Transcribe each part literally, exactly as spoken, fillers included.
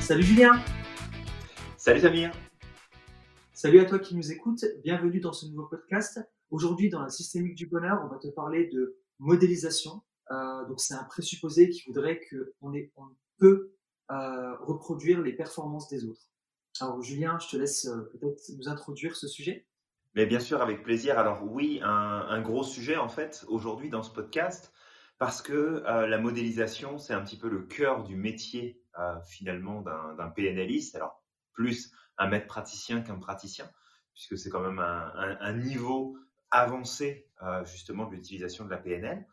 Salut Julien, Salut Samir. salut à toi qui nous écoutes, bienvenue dans ce nouveau podcast. Aujourd'hui dans la systémique du bonheur, on va te parler de modélisation. Euh, donc c'est un présupposé qui voudrait qu'on ait- on peut euh, reproduire les performances des autres. Alors Julien, je te laisse euh, peut-être nous introduire ce sujet. Mais bien sûr, avec plaisir. Alors oui, un, un gros sujet en fait aujourd'hui dans ce podcast, parce que euh, la modélisation, c'est un petit peu le cœur du métier euh, finalement d'un d'un PNListe. Alors plus un maître praticien qu'un praticien, puisque c'est quand même un, un- un niveau avancé euh, justement de l'utilisation de la P N L.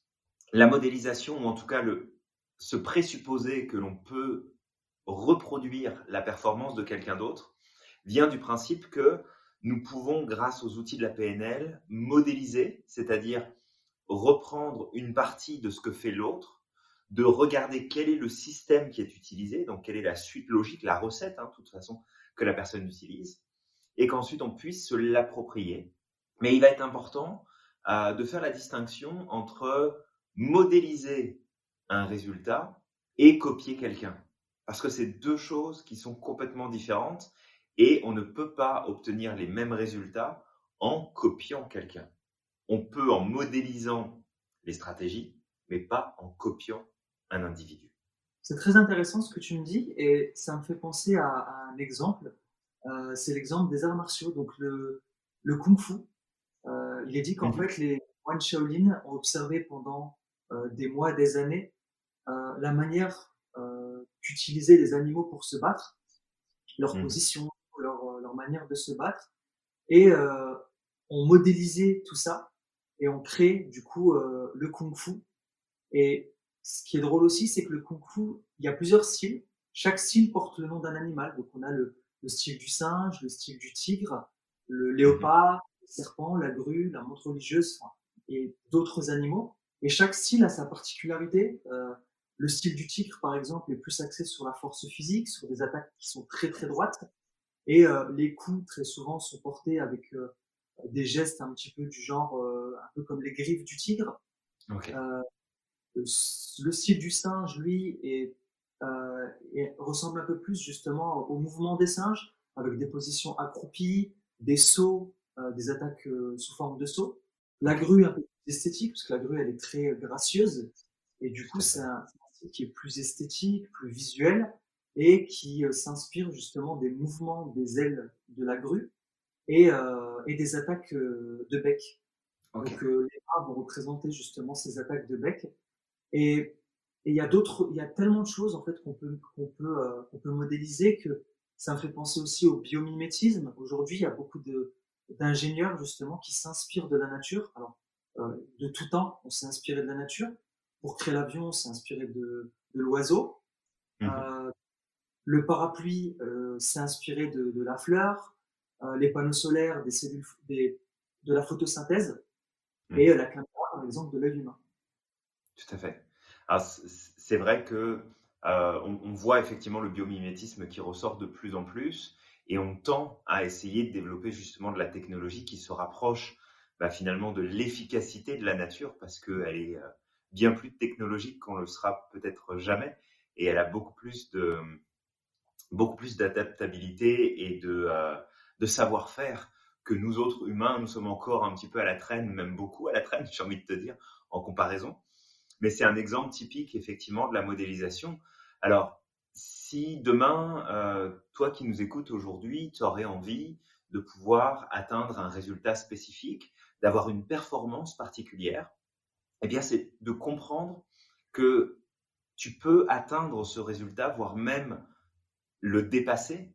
La modélisation, ou en tout cas le, ce présupposé que l'on peut reproduire la performance de quelqu'un d'autre, vient du principe que nous pouvons, grâce aux outils de la P N L, modéliser, c'est-à-dire reprendre une partie de ce que fait l'autre, de regarder quel est le système qui est utilisé, donc quelle est la suite logique, la recette, hein, de toute façon, que la personne utilise, et qu'ensuite on puisse se l'approprier. Mais il va être important euh, de faire la distinction entre modéliser un résultat et copier quelqu'un. Parce que c'est deux choses qui sont complètement différentes et on ne peut pas obtenir les mêmes résultats en copiant quelqu'un. On peut en modélisant les stratégies, mais pas en copiant un individu. C'est très intéressant ce que tu me dis et ça me fait penser à, à un exemple. Euh, c'est l'exemple des arts martiaux, donc le, le kung-fu. Euh, il est dit qu'en Mhm. fait, les moines Shaolin ont observé pendant euh, des mois, des années, euh, la manière euh, qu'utilisaient les animaux pour se battre, leur Mhm. position, leur, euh, leur manière de se battre, et euh, on modélisait tout ça et on crée du coup euh, le kung-fu. Et ce qui est drôle aussi, c'est que le kung-fu, il y a plusieurs styles. Chaque style porte le nom d'un animal. Donc on a le, le style du singe, le style du tigre, le Mhm. léopard, le serpent, la grue, la montre religieuse, enfin, et d'autres animaux. Et chaque style a sa particularité. Euh, le style du tigre, par exemple, est plus axé sur la force physique, sur des attaques qui sont très très droites. Et euh, les coups, très souvent, sont portés avec euh, des gestes un petit peu du genre, euh, un peu comme les griffes du tigre. Ok. Euh, le style du singe, lui, est, euh, est- ressemble un peu plus justement au mouvement des singes, avec des positions accroupies, des sauts, euh, des attaques euh, sous forme de sauts. La Ok. grue, un peu plus esthétique, parce que la grue, elle est très gracieuse, et du coup, Tout à c'est fait. un, c'est un style qui est plus esthétique, plus visuel, et qui euh, s'inspire justement des mouvements des ailes de la grue et, euh, et des attaques euh, de bec. Ok. Donc, euh, les bras vont représenter justement ces attaques de bec. Et et il y a d'autres, il y a tellement de choses en fait qu'on peut qu'on peut euh, qu'on peut modéliser que ça me fait penser aussi au biomimétisme. Aujourd'hui, il y a beaucoup de d'ingénieurs justement qui s'inspirent de la nature. Alors, euh, de tout temps, on s'est inspiré de la nature. Pour créer l'avion, on s'est inspiré de, de l'oiseau. Mhm. Euh, le parapluie euh, s'est inspiré de, de la fleur. Euh, les panneaux solaires, des cellules, des, de la photosynthèse. Et euh, Mhm. la caméra, par exemple, de l'œil humain. Tout à fait. Alors, c- c- c'est vrai que euh, on, on voit effectivement le biomimétisme qui ressort de plus en plus et on tend à essayer de développer justement de la technologie qui se rapproche bah, finalement de l'efficacité de la nature parce qu'elle est euh, bien plus technologique qu'on le sera peut-être jamais et elle a beaucoup plus de beaucoup plus d'adaptabilité et de, euh, de savoir-faire que nous autres humains, nous sommes encore un petit peu à la traîne, même beaucoup à la traîne, j'ai envie de te dire, en comparaison. Mais c'est un exemple typique, effectivement, de la modélisation. Alors, si demain, euh, toi qui nous écoutes aujourd'hui, tu aurais envie de pouvoir atteindre un résultat spécifique, d'avoir une performance particulière, eh bien, c'est de comprendre que tu peux atteindre ce résultat, voire même le dépasser,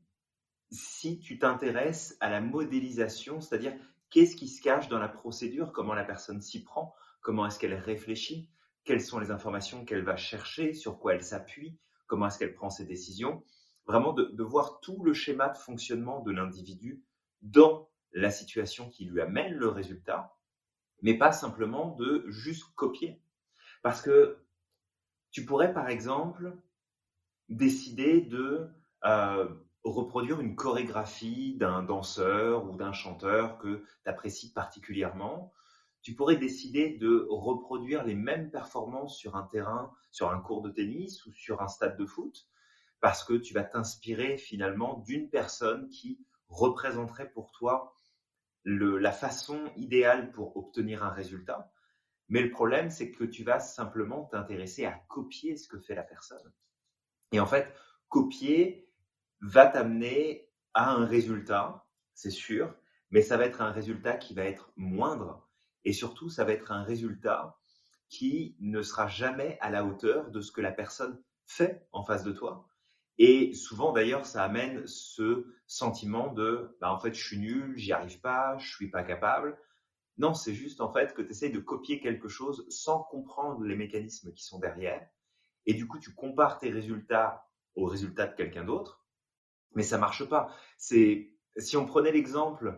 si tu t'intéresses à la modélisation, c'est-à-dire qu'est-ce qui se cache dans la procédure, comment la personne s'y prend, comment est-ce qu'elle réfléchit, quelles sont les informations qu'elle va chercher, sur quoi elle s'appuie, comment est-ce qu'elle prend ses décisions. Vraiment de, de voir tout le schéma de fonctionnement de l'individu dans la situation qui lui amène le résultat, mais pas simplement de juste copier. Parce que tu pourrais, par exemple, décider de euh, reproduire une chorégraphie d'un danseur ou d'un chanteur que tu apprécies particulièrement. Tu pourrais décider de reproduire les mêmes performances sur un terrain, sur un court de tennis ou sur un stade de foot. parce que tu vas t'inspirer finalement d'une personne qui représenterait pour toi le, la façon idéale pour obtenir un résultat. Mais le problème, c'est que tu vas simplement t'intéresser à copier ce que fait la personne. Et en fait, copier va t'amener à un résultat, c'est sûr, mais ça va être un résultat qui va être moindre. Et surtout, ça va être un résultat qui ne sera jamais à la hauteur de ce que la personne fait en face de toi. Et souvent, d'ailleurs, ça amène ce sentiment de bah, « en fait, je suis nul, j'y arrive pas, je suis pas capable ». Non, c'est juste en fait que tu essaies de copier quelque chose sans comprendre les mécanismes qui sont derrière. Et du coup, tu compares tes résultats aux résultats de quelqu'un d'autre, mais ça marche pas. C'est, si on prenait l'exemple,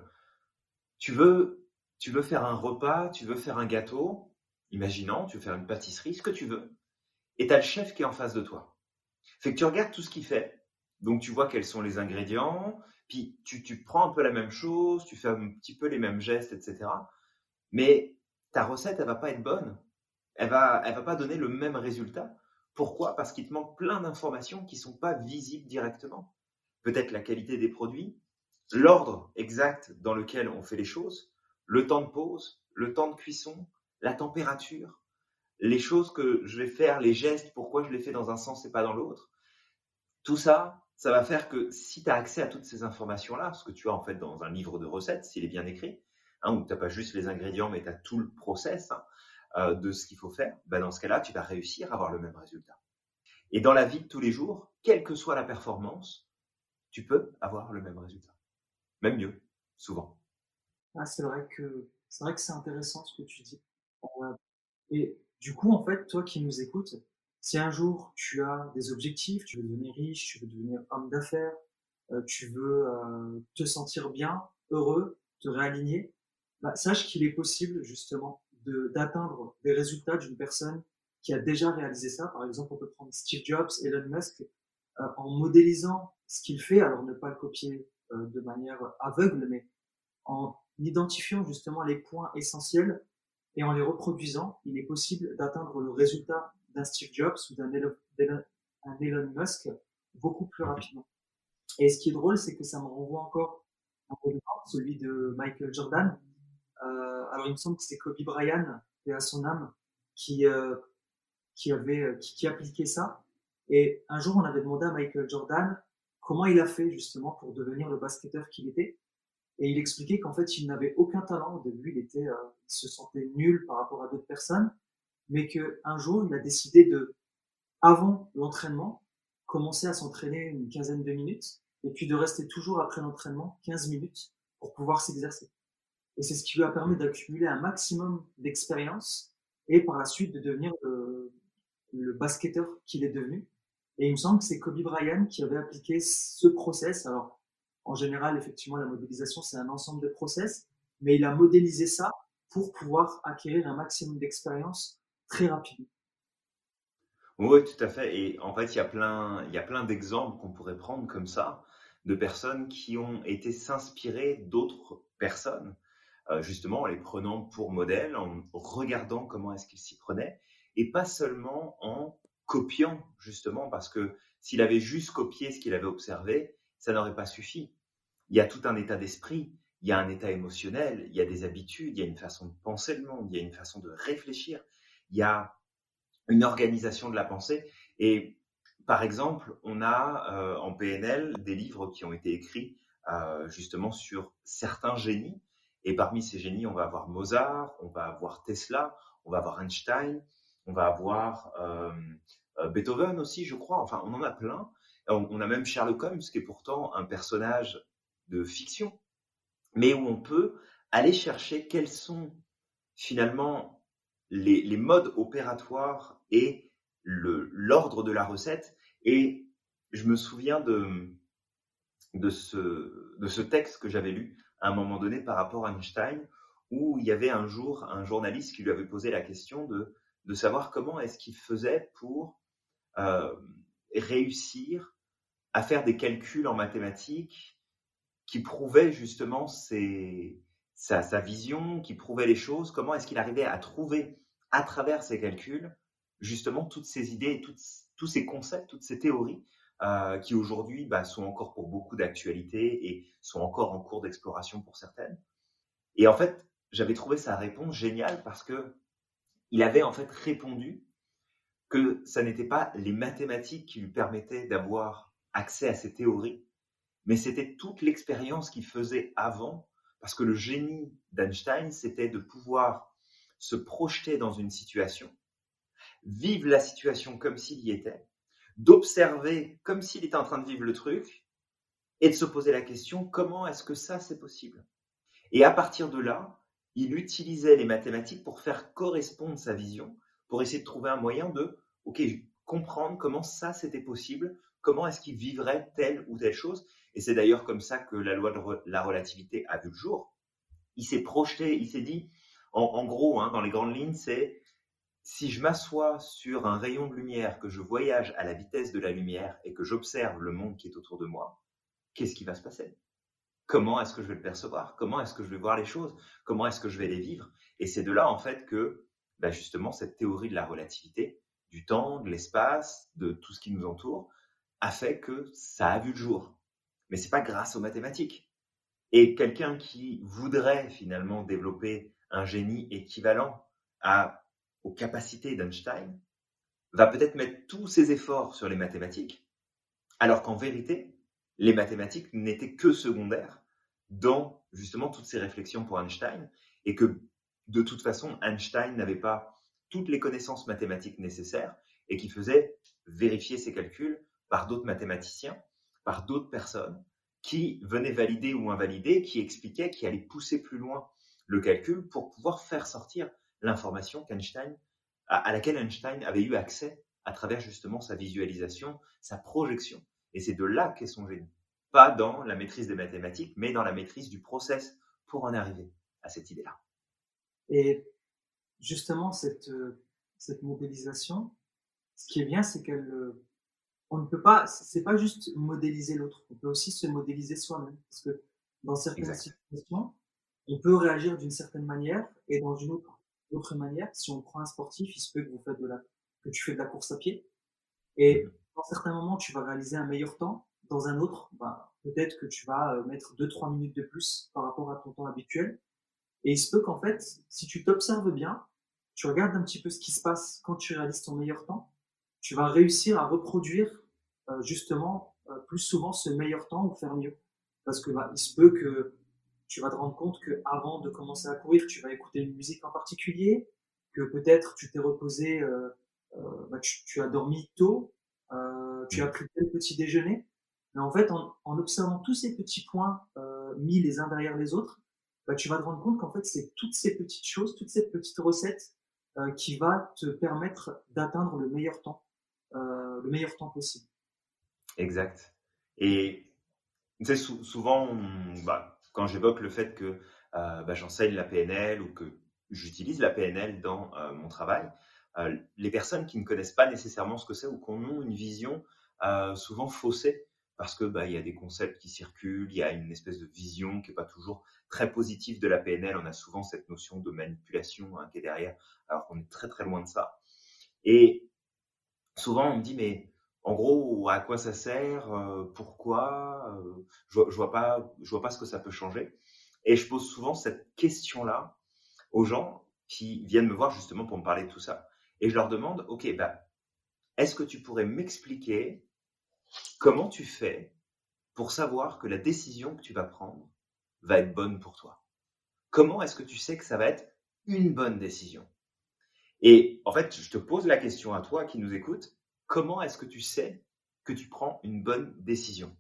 tu veux, tu veux faire un repas, tu veux faire un gâteau, imaginons, tu veux faire une pâtisserie, ce que tu veux, et tu as le chef qui est en face de toi. Fait que tu regardes tout ce qu'il fait, donc tu vois quels sont les ingrédients, puis tu, tu prends un peu la même chose, tu fais un petit peu les mêmes gestes, et cetera. Mais ta recette, elle va pas être bonne. Elle va, elle va pas donner le même résultat. Pourquoi? Parce qu'il te manque plein d'informations qui sont pas visibles directement. Peut-être la qualité des produits, l'ordre exact dans lequel on fait les choses, le temps de pause, le temps de cuisson, la température, les choses que je vais faire, les gestes, pourquoi je les fais dans un sens et pas dans l'autre. Tout ça, ça va faire que si tu as accès à toutes ces informations-là, ce que tu as en fait dans un livre de recettes, s'il est bien écrit, hein, où tu n'as pas juste les ingrédients, mais tu as tout le process hein, euh, de ce qu'il faut faire, ben dans ce cas-là, tu vas réussir à avoir le même résultat. Et dans la vie de tous les jours, quelle que soit la performance, tu peux avoir le même résultat. Même mieux, souvent. Ah, c'est vrai que c'est vrai que c'est intéressant ce que tu dis. Euh, et du coup, en fait, toi qui nous écoutes, si un jour tu as des objectifs, tu veux devenir riche, tu veux devenir homme d'affaires, euh, tu veux euh, te sentir bien, heureux, te réaligner, bah, sache qu'il est possible justement de, d'atteindre des résultats d'une personne qui a déjà réalisé ça. Par exemple, on peut prendre Steve Jobs, Elon Musk, euh, en modélisant ce qu'il fait, alors ne pas le copier euh, de manière aveugle, mais en identifiant justement les points essentiels et en les reproduisant, il est possible d'atteindre le résultat d'un Steve Jobs ou d'un Elon, un Elon Musk beaucoup plus rapidement. Et ce qui est drôle, c'est que ça me renvoie encore à un exemple, celui de Michael Jordan. Euh, alors il me semble que c'est Kobe Bryant, et à son âme, qui, euh, qui avait qui, qui appliquait ça. Et un jour, on avait demandé à Michael Jordan comment il a fait justement pour devenir le basketteur qu'il était. Et il expliquait qu'en fait, il n'avait aucun talent. Au début, il, était, euh, il se sentait nul par rapport à d'autres personnes, mais qu'un jour, il a décidé de, avant l'entraînement, commencer à s'entraîner une quinzaine de minutes, et puis de rester toujours après l'entraînement quinze minutes pour pouvoir s'exercer. Et c'est ce qui lui a permis d'accumuler un maximum d'expérience et par la suite de devenir le, le basketteur qu'il est devenu. Et il me semble que c'est Kobe Bryant qui avait appliqué ce process. Alors, en général, effectivement, la modélisation, c'est un ensemble de process, mais il a modélisé ça pour pouvoir acquérir un maximum d'expérience très rapidement. Oui, tout à fait. Et en fait, il y a plein, il y a plein d'exemples qu'on pourrait prendre comme ça, de personnes qui ont été s'inspirer d'autres personnes, euh, justement en les prenant pour modèle, en regardant comment est-ce qu'ils s'y prenaient, et pas seulement en copiant, justement, parce que s'il avait juste copié ce qu'il avait observé, ça n'aurait pas suffi. Il y a tout un état d'esprit, il y a un état émotionnel, il y a des habitudes, il y a une façon de penser le monde, il y a une façon de réfléchir, il y a une organisation de la pensée. Et par exemple, on a euh, en P N L des livres qui ont été écrits euh, justement sur certains génies. Et parmi ces génies, on va avoir Mozart, on va avoir Tesla, on va avoir Einstein, on va avoir euh, euh, Beethoven aussi, je crois. Enfin, on en a plein. On, on a même Sherlock Holmes, qui est pourtant un personnage de fiction, mais où on peut aller chercher quels sont finalement les, les modes opératoires et le, l'ordre de la recette. Et je me souviens de, de, ce, de ce texte que j'avais lu à un moment donné par rapport à Einstein, où il y avait un jour un journaliste qui lui avait posé la question de, de savoir comment est-ce qu'il faisait pour euh, réussir à faire des calculs en mathématiques qui prouvaient justement ses, sa, sa vision, qui prouvait les choses, comment est-ce qu'il arrivait à trouver à travers ses calculs justement toutes ces idées, toutes, tous ces concepts, toutes ces théories euh, qui aujourd'hui bah, sont encore pour beaucoup d'actualité et sont encore en cours d'exploration pour certaines. Et en fait, j'avais trouvé sa réponse géniale parce que il avait en fait répondu que ça n'était pas les mathématiques qui lui permettaient d'avoir accès à ces théories, mais c'était toute l'expérience qu'il faisait avant, parce que le génie d'Einstein, c'était de pouvoir se projeter dans une situation, vivre la situation comme s'il y était, d'observer comme s'il était en train de vivre le truc, et de se poser la question, comment est-ce que ça, c'est possible? Et à partir de là, il utilisait les mathématiques pour faire correspondre sa vision, pour essayer de trouver un moyen de, OK, comprendre comment ça c'était possible, comment est-ce qu'il vivrait telle ou telle chose. Et c'est d'ailleurs comme ça que la loi de re- la relativité a vu le jour. Il s'est projeté, il s'est dit, en, en gros, hein, dans les grandes lignes, c'est si je m'assois sur un rayon de lumière, que je voyage à la vitesse de la lumière et que j'observe le monde qui est autour de moi, qu'est-ce qui va se passer? Comment est-ce que je vais le percevoir? Comment est-ce que je vais voir les choses? Comment est-ce que je vais les vivre? Et c'est de là, en fait, que bah, justement cette théorie de la relativité, du temps, de l'espace, de tout ce qui nous entoure, a fait que ça a vu le jour. Mais c'est pas grâce aux mathématiques. Et quelqu'un qui voudrait finalement développer un génie équivalent à, aux capacités d'Einstein va peut-être mettre tous ses efforts sur les mathématiques, alors qu'en vérité, les mathématiques n'étaient que secondaires dans justement toutes ces réflexions pour Einstein, et que de toute façon, Einstein n'avait pas toutes les connaissances mathématiques nécessaires et qui faisait vérifier ses calculs par d'autres mathématiciens, par d'autres personnes qui venaient valider ou invalider, qui expliquaient, qui allaient pousser plus loin le calcul pour pouvoir faire sortir l'information qu'Einstein, à, à laquelle Einstein avait eu accès à travers justement sa visualisation, sa projection. Et c'est de là qu'est son génie. Pas dans la maîtrise des mathématiques, mais dans la maîtrise du process pour en arriver à cette idée-là. Et justement, cette, euh, cette modélisation, ce qui est bien, c'est qu'elle, euh, on ne peut pas, c'est pas juste modéliser l'autre, on peut aussi se modéliser soi-même. Parce que dans certaines Exact. situations, on peut réagir d'une certaine manière et dans une autre, autre manière. Si on prend un sportif, il se peut que vous faites de la, que tu fais de la course à pied et Mhm. dans certains moments, tu vas réaliser un meilleur temps. Dans un autre, bah, peut-être que tu vas euh, mettre deux trois minutes de plus par rapport à ton temps habituel. Et il se peut qu'en fait, si tu t'observes bien, tu regardes un petit peu ce qui se passe quand tu réalises ton meilleur temps, tu vas réussir à reproduire euh, justement euh, plus souvent ce meilleur temps ou faire mieux. Parce que bah, il se peut que tu vas te rendre compte qu'avant de commencer à courir, tu vas écouter une musique en particulier, que peut-être tu t'es reposé, euh, euh, bah, tu, tu as dormi tôt, euh, tu as Mhm. pris tel petit déjeuner. Mais en fait, en, en observant tous ces petits points euh, mis les uns derrière les autres, bah, tu vas te rendre compte qu'en fait, c'est toutes ces petites choses, toutes ces petites recettes euh, qui va te permettre d'atteindre le meilleur temps, euh, le meilleur temps possible. Exact. Et tu sais, sou- souvent, on- bah, quand j'évoque le fait que euh, bah, j'enseigne la P N L ou que j'utilise la P N L dans euh, mon travail, euh, les personnes qui ne connaissent pas nécessairement ce que c'est ou qui ont une vision euh, souvent faussée, parce que bah, il y a des concepts qui circulent, il y a une espèce de vision qui n'est pas toujours très positive de la P N L. On a souvent cette notion de manipulation hein, qui est derrière, alors qu'on est très très loin de ça. Et souvent, on me dit, mais en gros, à quoi ça sert? Euh, pourquoi? Euh, je, vois- je vois pas, je vois pas ce que ça peut changer. Et je pose souvent cette question-là aux gens qui viennent me voir justement pour me parler de tout ça. Et je leur demande, OK, bah, est-ce que tu pourrais m'expliquer comment tu fais pour savoir que la décision que tu vas prendre va être bonne pour toi? Comment est-ce que tu sais que ça va être une bonne décision? Et en fait, je te pose la question à toi qui nous écoute, comment est-ce que tu sais que tu prends une bonne décision?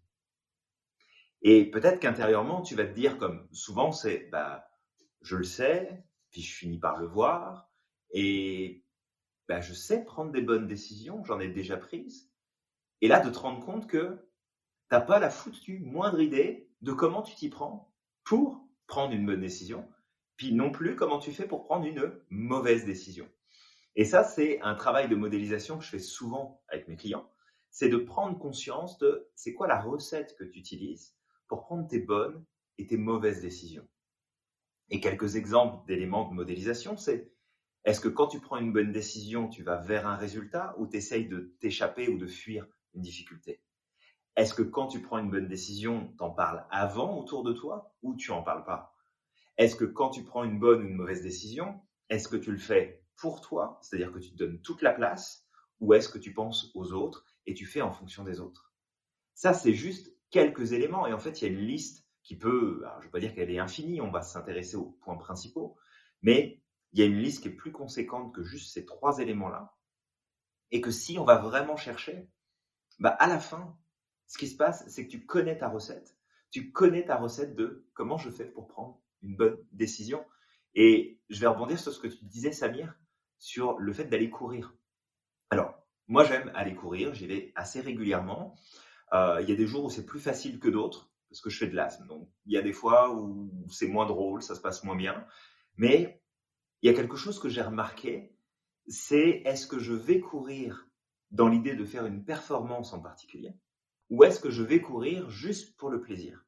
Et peut-être qu'intérieurement, tu vas te dire, comme souvent, c'est bah, je le sais, puis je finis par le voir, et bah, je sais prendre des bonnes décisions, j'en ai déjà prises. Et là, de te rendre compte que t'as pas la foutue moindre idée de comment tu t'y prends pour prendre une bonne décision, puis non plus comment tu fais pour prendre une mauvaise décision. Et ça, c'est un travail de modélisation que je fais souvent avec mes clients. C'est de prendre conscience de c'est quoi la recette que tu utilises pour prendre tes bonnes et tes mauvaises décisions. Et quelques exemples d'éléments de modélisation, c'est est-ce que quand tu prends une bonne décision, tu vas vers un résultat ou tu essayes de t'échapper ou de fuir une difficulté? Est-ce que quand tu prends une bonne décision, tu en parles avant autour de toi ou tu en parles pas? Est-ce que quand tu prends une bonne ou une mauvaise décision, est-ce que tu le fais pour toi, c'est-à-dire que tu te donnes toute la place, ou est-ce que tu penses aux autres et tu fais en fonction des autres? Ça, c'est juste quelques éléments et en fait, il y a une liste qui peut, alors je ne veux pas dire qu'elle est infinie, on va s'intéresser aux points principaux, mais il y a une liste qui est plus conséquente que juste ces trois éléments-là et que si on va vraiment chercher, bah, à la fin, ce qui se passe, c'est que tu connais ta recette. Tu connais ta recette de comment je fais pour prendre une bonne décision. Et je vais rebondir sur ce que tu disais, Samir, sur le fait d'aller courir. Alors, moi, j'aime aller courir, j'y vais assez régulièrement. Euh, il y a des jours où c'est plus facile que d'autres, parce que je fais de l'asthme. Donc, il y a des fois où c'est moins drôle, ça se passe moins bien. Mais il y a quelque chose que j'ai remarqué, c'est est-ce que je vais courir dans l'idée de faire une performance en particulier, ou est-ce que je vais courir juste pour le plaisir?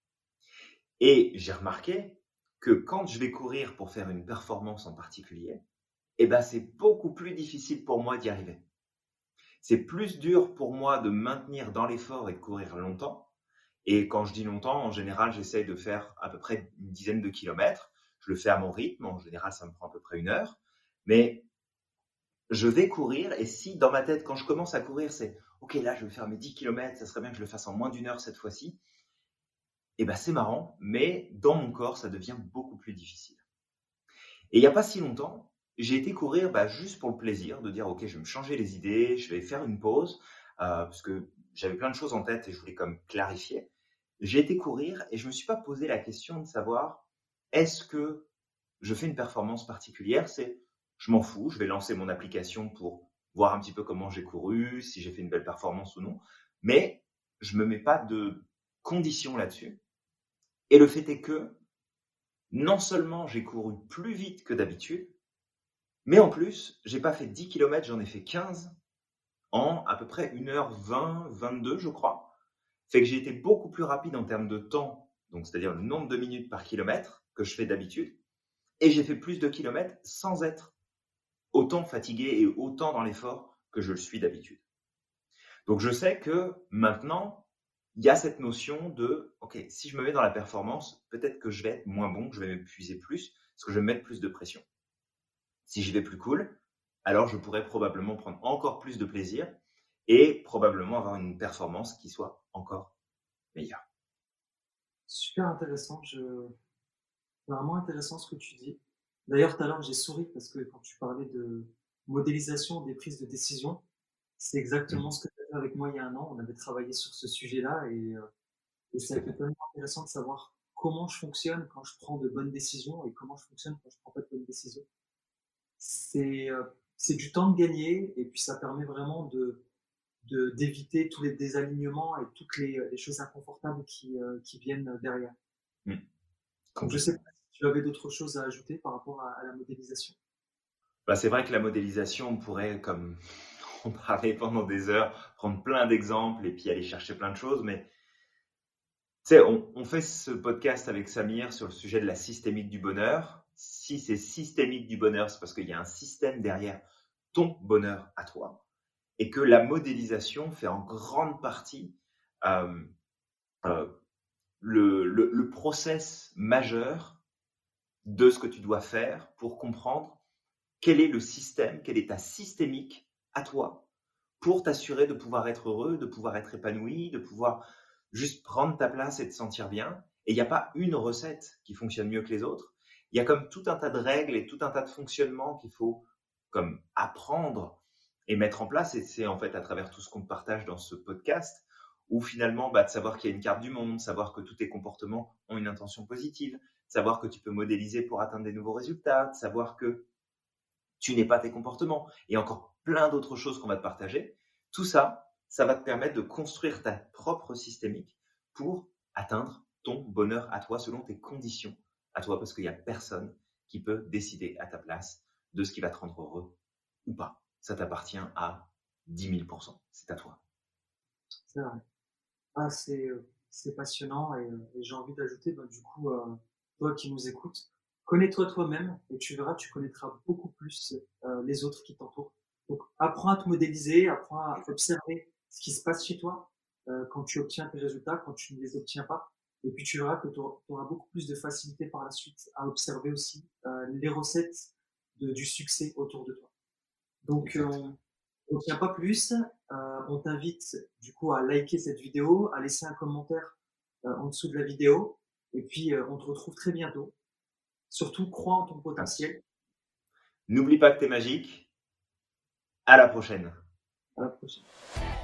Et j'ai remarqué que quand je vais courir pour faire une performance en particulier, eh ben, c'est beaucoup plus difficile pour moi d'y arriver. C'est plus dur pour moi de maintenir dans l'effort et de courir longtemps. Et quand je dis longtemps, en général, j'essaye de faire à peu près une dizaine de kilomètres. Je le fais à mon rythme. En général, ça me prend à peu près une heure. Mais je vais courir et si dans ma tête, quand je commence à courir, c'est « Ok, là, je vais faire mes dix kilomètres, ça serait bien que je le fasse en moins d'une heure cette fois-ci », eh ben c'est marrant, mais dans mon corps, ça devient beaucoup plus difficile. Et il n'y a pas si longtemps, j'ai été courir bah, juste pour le plaisir de dire « Ok, je vais me changer les idées, je vais faire une pause euh, », parce que j'avais plein de choses en tête et je voulais comme clarifier. J'ai été courir et je ne me suis pas posé la question de savoir est-ce que je fais une performance particulière, c'est je m'en fous, je vais lancer mon application pour voir un petit peu comment j'ai couru, si j'ai fait une belle performance ou non, mais je ne me mets pas de conditions là-dessus. Et le fait est que non seulement j'ai couru plus vite que d'habitude, mais en plus, j'ai pas fait dix kilomètres, j'en ai fait quinze en à peu près une heure vingt, vingt-deux, je crois. Fait que j'ai été beaucoup plus rapide en termes de temps, donc c'est-à-dire le nombre de minutes par kilomètre que je fais d'habitude, et j'ai fait plus de kilomètres sans être autant fatigué et autant dans l'effort que je le suis d'habitude. Donc je sais que maintenant, il y a cette notion de, ok, si je me mets dans la performance, peut-être que je vais être moins bon, que je vais m'épuiser plus, parce que je vais me mettre plus de pression. Si j'y vais plus cool, alors je pourrais probablement prendre encore plus de plaisir et probablement avoir une performance qui soit encore meilleure. Super intéressant, je... vraiment intéressant ce que tu dis. D'ailleurs, tout à l'heure, j'ai souri parce que quand tu parlais de modélisation des prises de décision, c'est exactement Mmh, ce que tu as fait avec moi il y a un an. On avait travaillé sur ce sujet-là et, euh, et ça tout a à été fait. tellement intéressant de savoir comment je fonctionne quand je prends de bonnes décisions et comment je fonctionne quand je prends pas de bonnes décisions. C'est euh, c'est du temps de gagner et puis ça permet vraiment de de- d'éviter tous les désalignements et toutes les, les choses inconfortables qui, euh, qui viennent derrière. Mmh, Donc je sais complètement. pas si tu avais d'autres choses à ajouter par rapport à, à la modélisation. Bah, c'est vrai que la modélisation, on pourrait, comme en parler pendant des heures, prendre plein d'exemples et puis aller chercher plein de choses, mais tu sais, on, on fait ce podcast avec Samir sur le sujet de la systémique du bonheur. Si c'est systémique du bonheur, c'est parce qu'il y a un système derrière ton bonheur à toi et que la modélisation fait en grande partie euh, euh, le, le, le process majeur de ce que tu dois faire pour comprendre quel est le système, quelle est ta systémique à toi pour t'assurer de pouvoir être heureux, de pouvoir être épanoui, de pouvoir juste prendre ta place et te sentir bien. Et il n'y a pas une recette qui fonctionne mieux que les autres. Il y a comme tout un tas de règles et tout un tas de fonctionnements qu'il faut comme apprendre et mettre en place. Et c'est en fait à travers tout ce qu'on partage dans ce podcast, où finalement, bah, de savoir qu'il y a une carte du monde, savoir que tous tes comportements ont une intention positive, savoir que tu peux modéliser pour atteindre des nouveaux résultats, savoir que tu n'es pas tes comportements et encore plein d'autres choses qu'on va te partager. Tout ça, ça va te permettre de construire ta propre systémique pour atteindre ton bonheur à toi selon tes conditions à toi parce qu'il n'y a personne qui peut décider à ta place de ce qui va te rendre heureux ou pas. Ça t'appartient à dix mille pour cent. C'est à toi. C'est vrai. Ah, c'est, euh, c'est passionnant et, euh, et j'ai envie d'ajouter, bah, du coup, euh, toi qui nous écoutes, connais-toi toi-même et tu verras, tu connaîtras beaucoup plus euh, les autres qui t'entourent. Donc, apprends à te modéliser, apprends à observer ce qui se passe chez toi euh, quand tu obtiens tes résultats, quand tu ne les obtiens pas. Et puis tu verras que tu auras beaucoup plus de facilité par la suite à observer aussi euh, les recettes de, du succès autour de toi. Donc, euh, on ne tient pas plus. Euh, on t'invite du coup à liker cette vidéo, à laisser un commentaire euh, en dessous de la vidéo. Et puis, euh, on te retrouve très bientôt. Surtout, crois en ton potentiel. N'oublie pas que tu es magique. À la prochaine. À la prochaine.